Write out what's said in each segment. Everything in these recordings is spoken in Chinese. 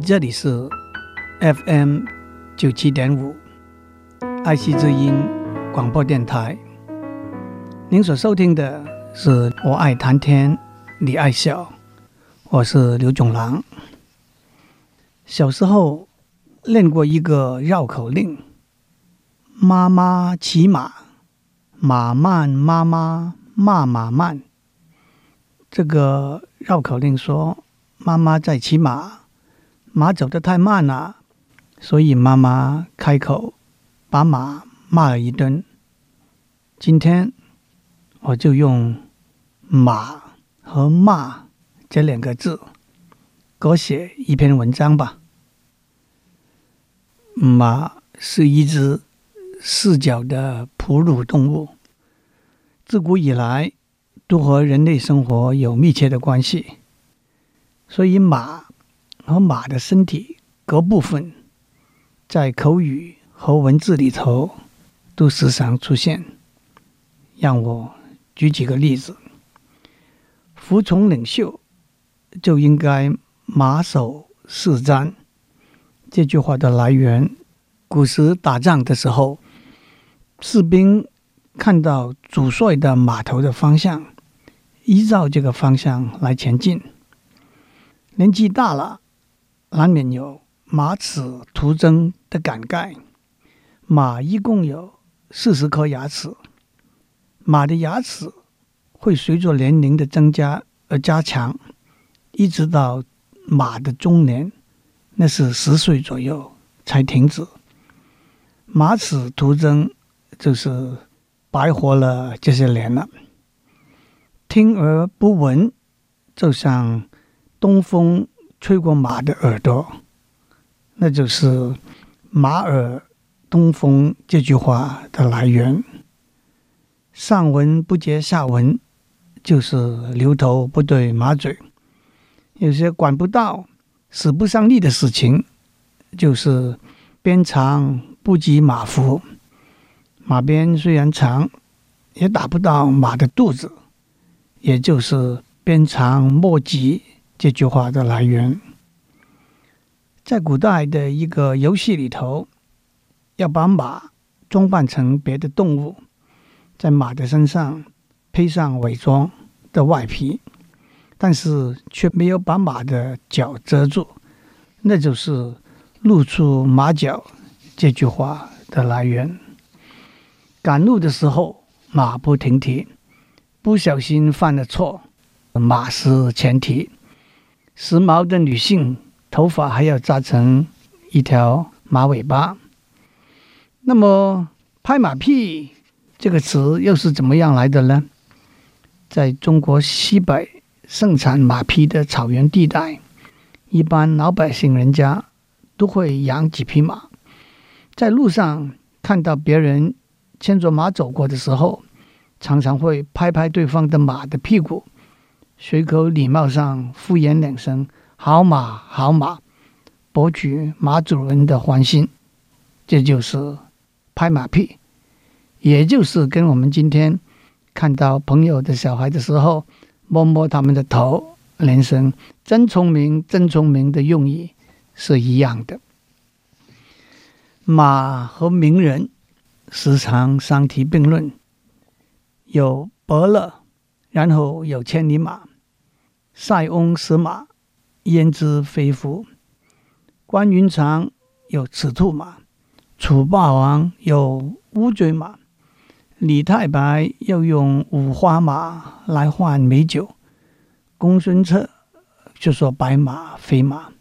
这里是 FM 97.5爱惜之音广播电台。您所收听的是我爱谈天你爱笑，我是刘炯郎。小时候练过一个绕口令：妈妈骑马，马慢妈妈骂马慢。这个绕口令说妈妈在骑马，马走得太慢了，所以妈妈开口把马骂了一顿。今天我就用马和骂这两个字各写一篇文章吧。马是一只四脚的哺乳动物，自古以来都和人类生活有密切的关系，所以马和马的身体各部分在口语和文字里头都时常出现。让我举几个例子。服从领袖就应该马首是瞻，这句话的来源，古时打仗的时候，士兵看到主帅的马头的方向，依照这个方向来前进。年纪大了，难免有马齿徒增的感慨。马一共有40颗牙齿，马的牙齿会随着年龄的增加而加强，一直到马的中年，那是10岁左右才停止。马齿徒增就是白活了这些年了。听而不闻，就像东风吹过马的耳朵，那就是马耳东风这句话的来源。上文不接下文，就是牛头不对马嘴。有些管不到使不上力的事情，就是鞭长不及马腹。马鞭虽然长，也打不到马的肚子，也就是鞭长莫及这句话的来源。在古代的一个游戏里头，要把马装扮成别的动物，在马的身上配上伪装的外皮，但是却没有把马的脚遮住，那就是露出马脚这句话的来源。赶路的时候马不停蹄，不小心犯了错，马失前蹄。时髦的女性头发还要扎成一条马尾巴。那么拍马屁这个词又是怎么样来的呢？在中国西北盛产马匹的草原地带，一般老百姓人家都会养几匹马。在路上看到别人牵着马走过的时候，常常会拍拍对方的马的屁股，随口礼貌上敷衍2声好马好马，博取马主人的欢心。这就是拍马屁，也就是跟我们今天看到朋友的小孩的时候，摸摸他们的头，连声真聪明真聪明的用意是一样的。马和名人时常相提并论，有伯乐，然后有千里马，塞翁失马焉知非福。关云长有赤兔马，楚霸王有乌骓马，李太白又用五花马来换美酒，公孙策就说白马非马。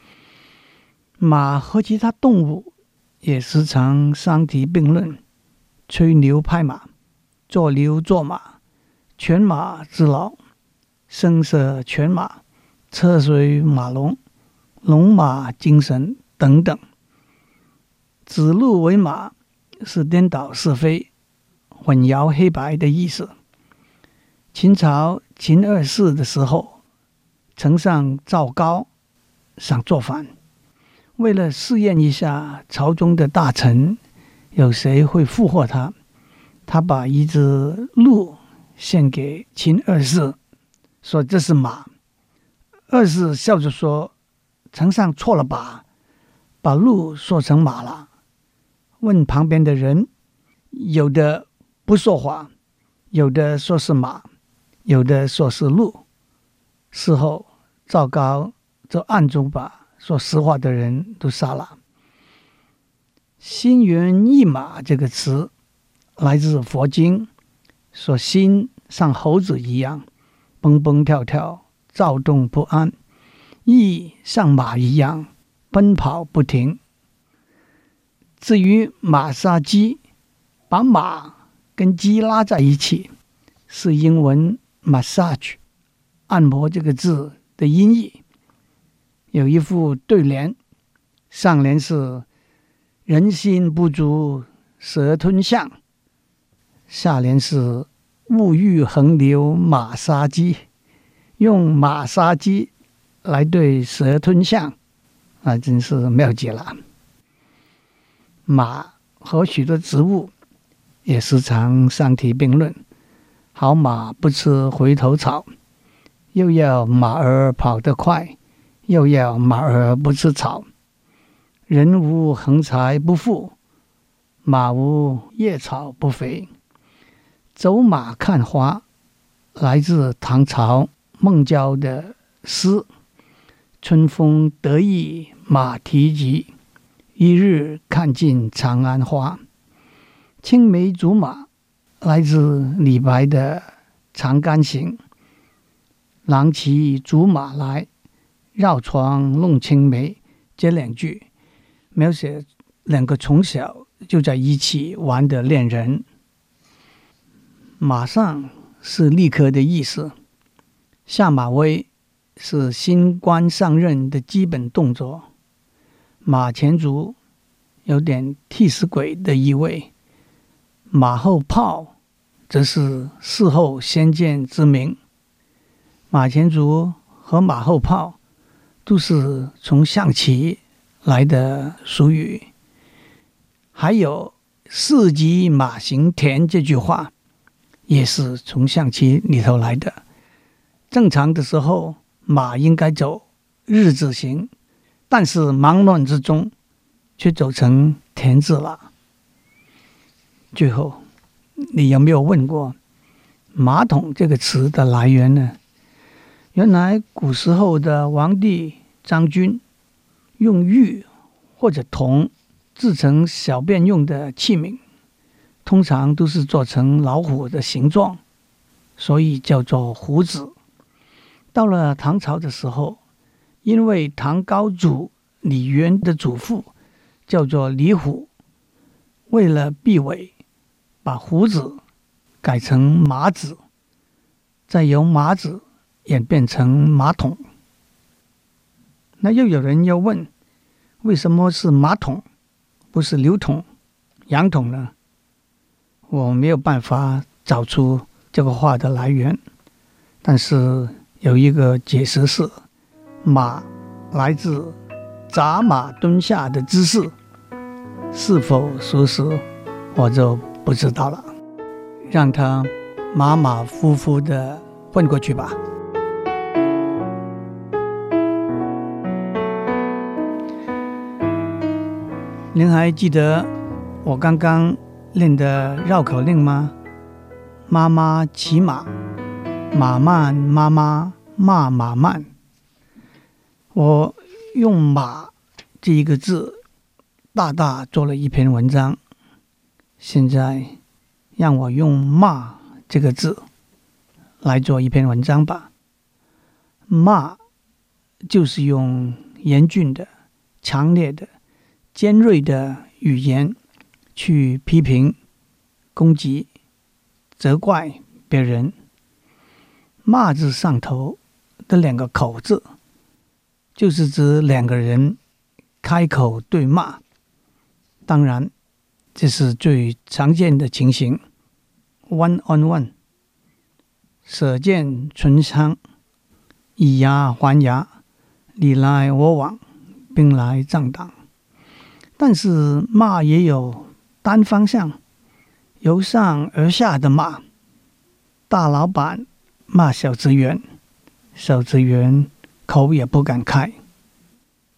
马和其他动物也时常相提并论，吹牛拍马，做牛做马，犬马之劳，声色犬马，车水马龙，龙马精神等等。指鹿为马是颠倒是非，混淆黑白的意思。秦朝秦二世的时候，丞相赵高想造反，为了试验一下朝中的大臣有谁会附和他，他把一只鹿献给秦二世，说这是马。二世笑着说乘上错了吧，把鹿说成马了。问旁边的人，有的不说话，有的说是马，有的说是鹿。事后赵高就暗中把说实话的人都杀了。心猿意马这个词来自佛经，说心像猴子一样蹦蹦跳跳，躁动不安，意像马一样奔跑不停。至于马杀鸡，把马跟鸡拉在一起，是英文 massage 按摩这个字的音译。有一副对联，上联是人心不足蛇吞象，下联是物欲横流马杀鸡。用马杀鸡来对蛇吞象，真是妙极了。马和许多植物也时常相提并论，好马不吃回头草，又要马儿跑得快，又要马儿不吃草。人无横财不富，马无夜草不肥。走马看花来自唐朝孟郊的诗：春风得意马蹄疾，一日看尽长安花。青梅竹马来自李白的《长干行》：郎骑竹马来，绕床弄青梅。这两句描写两个从小就在一起玩的恋人。马上是立刻的意思，下马威是新官上任的基本动作。马前卒有点替死鬼的意味，马后炮则是事后先见之明。马前卒和马后炮都是从象棋来的俗语。还有士急马行田这句话也是从象棋里头来的。正常的时候马应该走日字形，但是忙乱之中却走成田字了。最后，你有没有问过马桶这个词的来源呢？原来古时候的王帝将军用玉或者铜制成小便用的器皿，通常都是做成老虎的形状，所以叫做虎子。到了唐朝的时候，因为唐高祖李渊的祖父叫做李虎，为了避讳，把虎子改成马子，再由马子演变成马桶。那又有人要问，为什么是马桶不是流桶、洋桶呢？我没有办法找出这个话的来源，但是有一个解释是，马来自扎马蹲下的姿势，是否属实我就不知道了，让它马马虎虎的混过去吧。您还记得我刚刚练的绕口令吗？妈妈骑马，马慢妈妈骂马慢。我用马这一个字大大做了一篇文章，现在让我用骂这个字来做一篇文章吧。骂就是用严峻的、强烈的、尖锐的语言去批评、攻击、责怪别人。骂字上头的两个口字，就是指两个人开口对骂。当然，这是最常见的情形 ，one on one， 舌剑唇枪，以牙还牙，你来我往，兵来将挡。但是骂也有单方向，由上而下的骂。大老板骂小职员，小职员口也不敢开。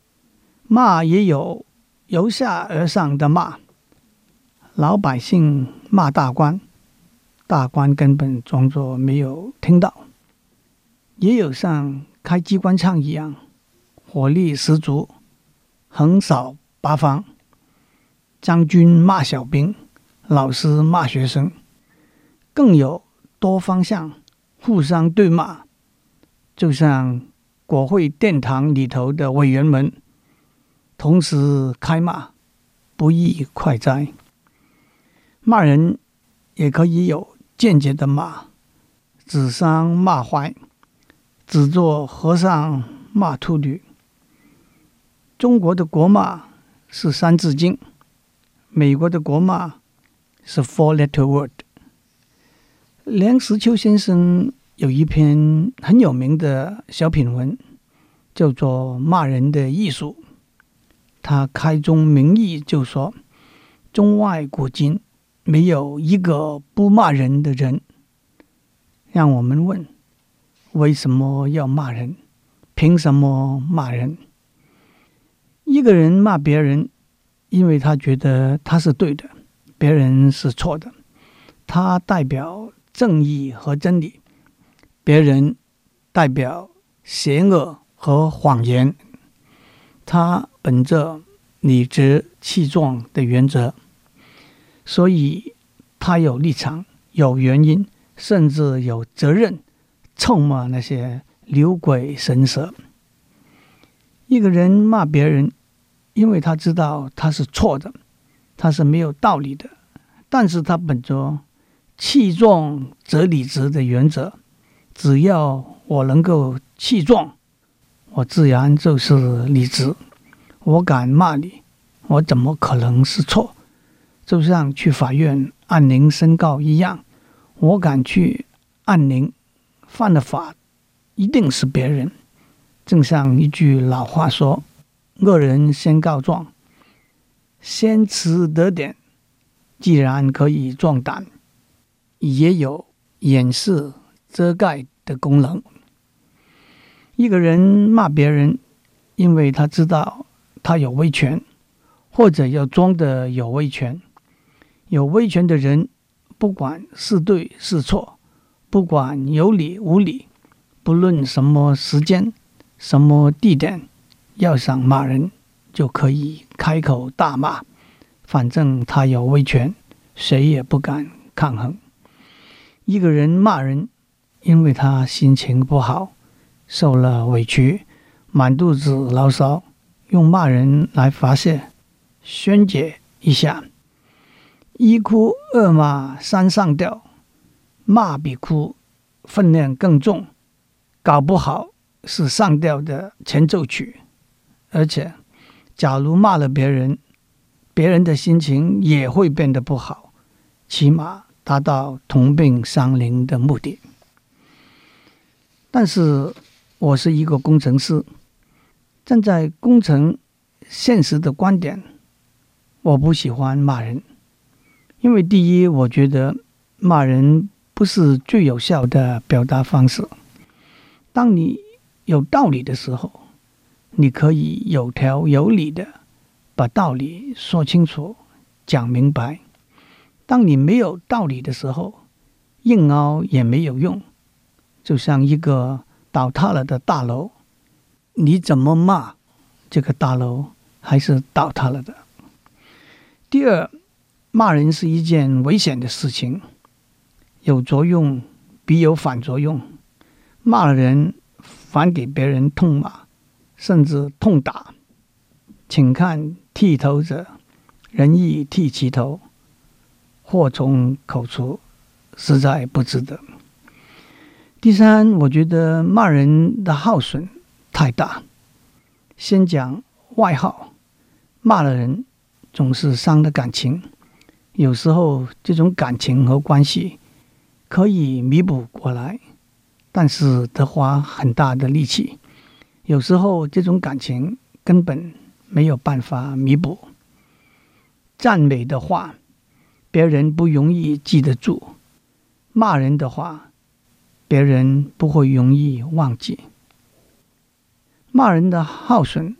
骂也有由下而上的骂，老百姓骂大官，大官根本装作没有听到；也有像开机关枪一样，火力十足，横扫八方。将军骂小兵，老师骂学生，更有多方向互相对骂，就像国会殿堂里头的委员们同时开骂，不亦快哉。骂人也可以有间接的骂，指桑骂槐，只做和尚骂秃驴。中国的国骂是三字经，美国的国骂是 four-letter word。 梁实秋先生有一篇很有名的小品文，叫做《骂人的艺术》。他开宗明义就说，中外古今没有一个不骂人的人。让我们问，为什么要骂人？凭什么骂人？一个人骂别人，因为他觉得他是对的，别人是错的，他代表正义和真理，别人代表邪恶和谎言。他本着理直气壮的原则，所以他有立场、有原因，甚至有责任臭骂那些牛鬼神蛇。一个人骂别人，因为他知道他是错的，他是没有道理的，但是他本着气壮则理直的原则，只要我能够气壮，我自然就是理直。我敢骂你，我怎么可能是错？就像去法院按铃申告一样，我敢去按铃，犯了法一定是别人。正像一句老话说，恶人先告状，先辞得点，既然可以壮胆，也有掩饰遮盖的功能。一个人骂别人，因为他知道他有威权，或者要装的有威权。有威权的人，不管是对是错，不管有理无理，不论什么时间、什么地点，要想骂人就可以开口大骂，反正他有威权，谁也不敢抗衡。一个人骂人，因为他心情不好，受了委屈，满肚子牢骚，用骂人来发泄，宣解一下。一哭二骂三上吊，骂比哭分量更重，搞不好是上吊的前奏曲。而且假如骂了别人，别人的心情也会变得不好，起码达到同病相怜的目的。但是我是一个工程师，站在工程现实的观点，我不喜欢骂人。因为第一，我觉得骂人不是最有效的表达方式。当你有道理的时候，你可以有条有理的把道理说清楚、讲明白。当你没有道理的时候，硬凹也没有用。就像一个倒塌了的大楼，你怎么骂，这个大楼还是倒塌了的。第二，骂人是一件危险的事情，有作用必有反作用。骂了人反给别人痛骂，甚至痛打。请看剃头者，人亦剃其头，祸从口出，实在不值得。第三，我觉得骂人的耗损太大。先讲外耗，骂了人总是伤了感情。有时候这种感情和关系可以弥补过来，但是得花很大的力气。有时候这种感情根本没有办法弥补。赞美的话，别人不容易记得住；骂人的话，别人不会容易忘记。骂人的耗损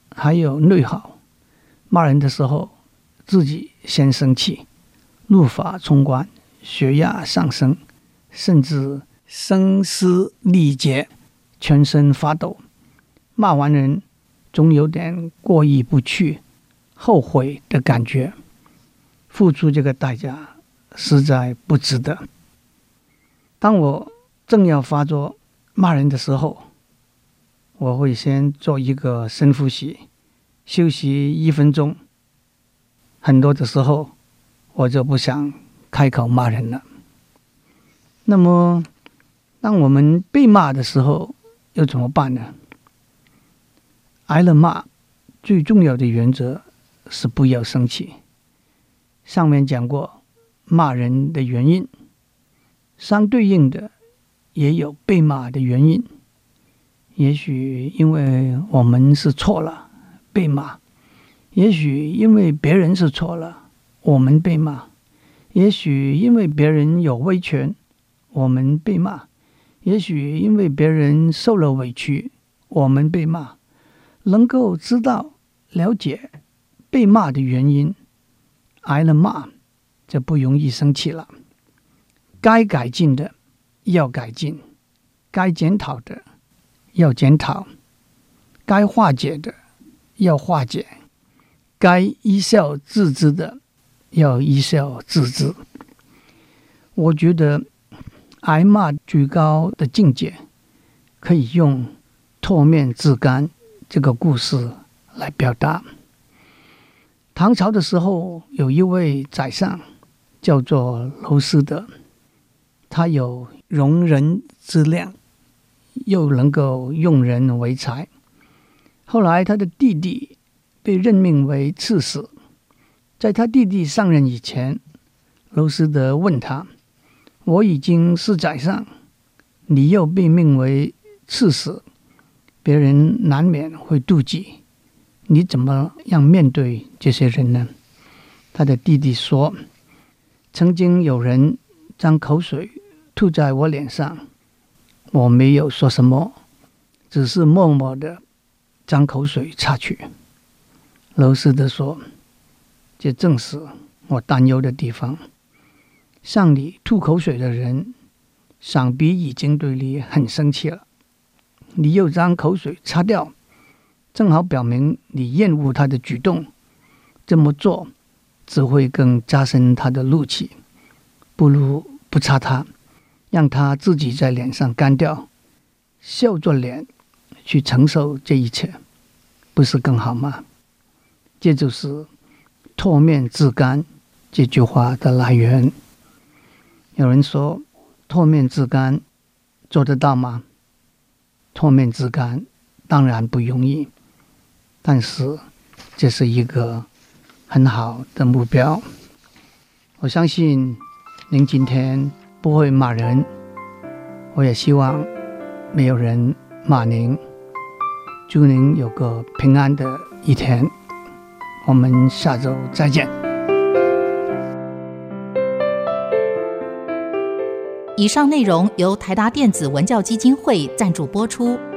还有内耗，骂人的时候自己先生气，怒发冲冠，血压上升，甚至声嘶力竭，全身发抖。骂完人总有点过意不去，后悔的感觉，付出这个代价实在不值得。当我正要发作骂人的时候，我会先做一个深呼吸，休息1分钟。很多的时候我就不想开口骂人了。那么当我们被骂的时候又怎么办呢？挨了骂最重要的原则是不要生气。上面讲过骂人的原因，相对应的也有被骂的原因。也许因为我们是错了被骂，也许因为别人是错了我们被骂，也许因为别人有威权我们被骂，也许因为别人受了委屈我们被骂。能够知道了解被骂的原因，挨了骂就不容易生气了。该改进的要改进，该检讨的要检讨，该化解的要化解，该依效自知的要依效自知。我觉得挨骂最高的境界可以用唾面自干这个故事来表达。唐朝的时候有一位宰相叫做娄师德，他有容人之量，又能够用人为才。后来他的弟弟被任命为刺史，在他弟弟上任以前，娄师德问他：我已经是宰相，你又被命为刺史，别人难免会妒忌，你怎么样面对这些人呢？他的弟弟说：曾经有人将口水吐在我脸上，我没有说什么，只是默默地将口水擦去。娄师德说：这正是我担忧的地方，向你吐口水的人想必已经对你很生气了，你又将口水擦掉，正好表明你厌恶他的举动，这么做只会更加深他的怒气，不如不擦他，让他自己在脸上干掉，笑着脸去承受这一切，不是更好吗？这就是唾面自干这句话的来源。有人说唾面自干做得到吗？唾面自干当然不容易，但是这是一个很好的目标。我相信您今天不会骂人，我也希望没有人骂您。祝您有个平安的一天，我们下周再见。 以上内容由台达电子文教基金会赞助播出。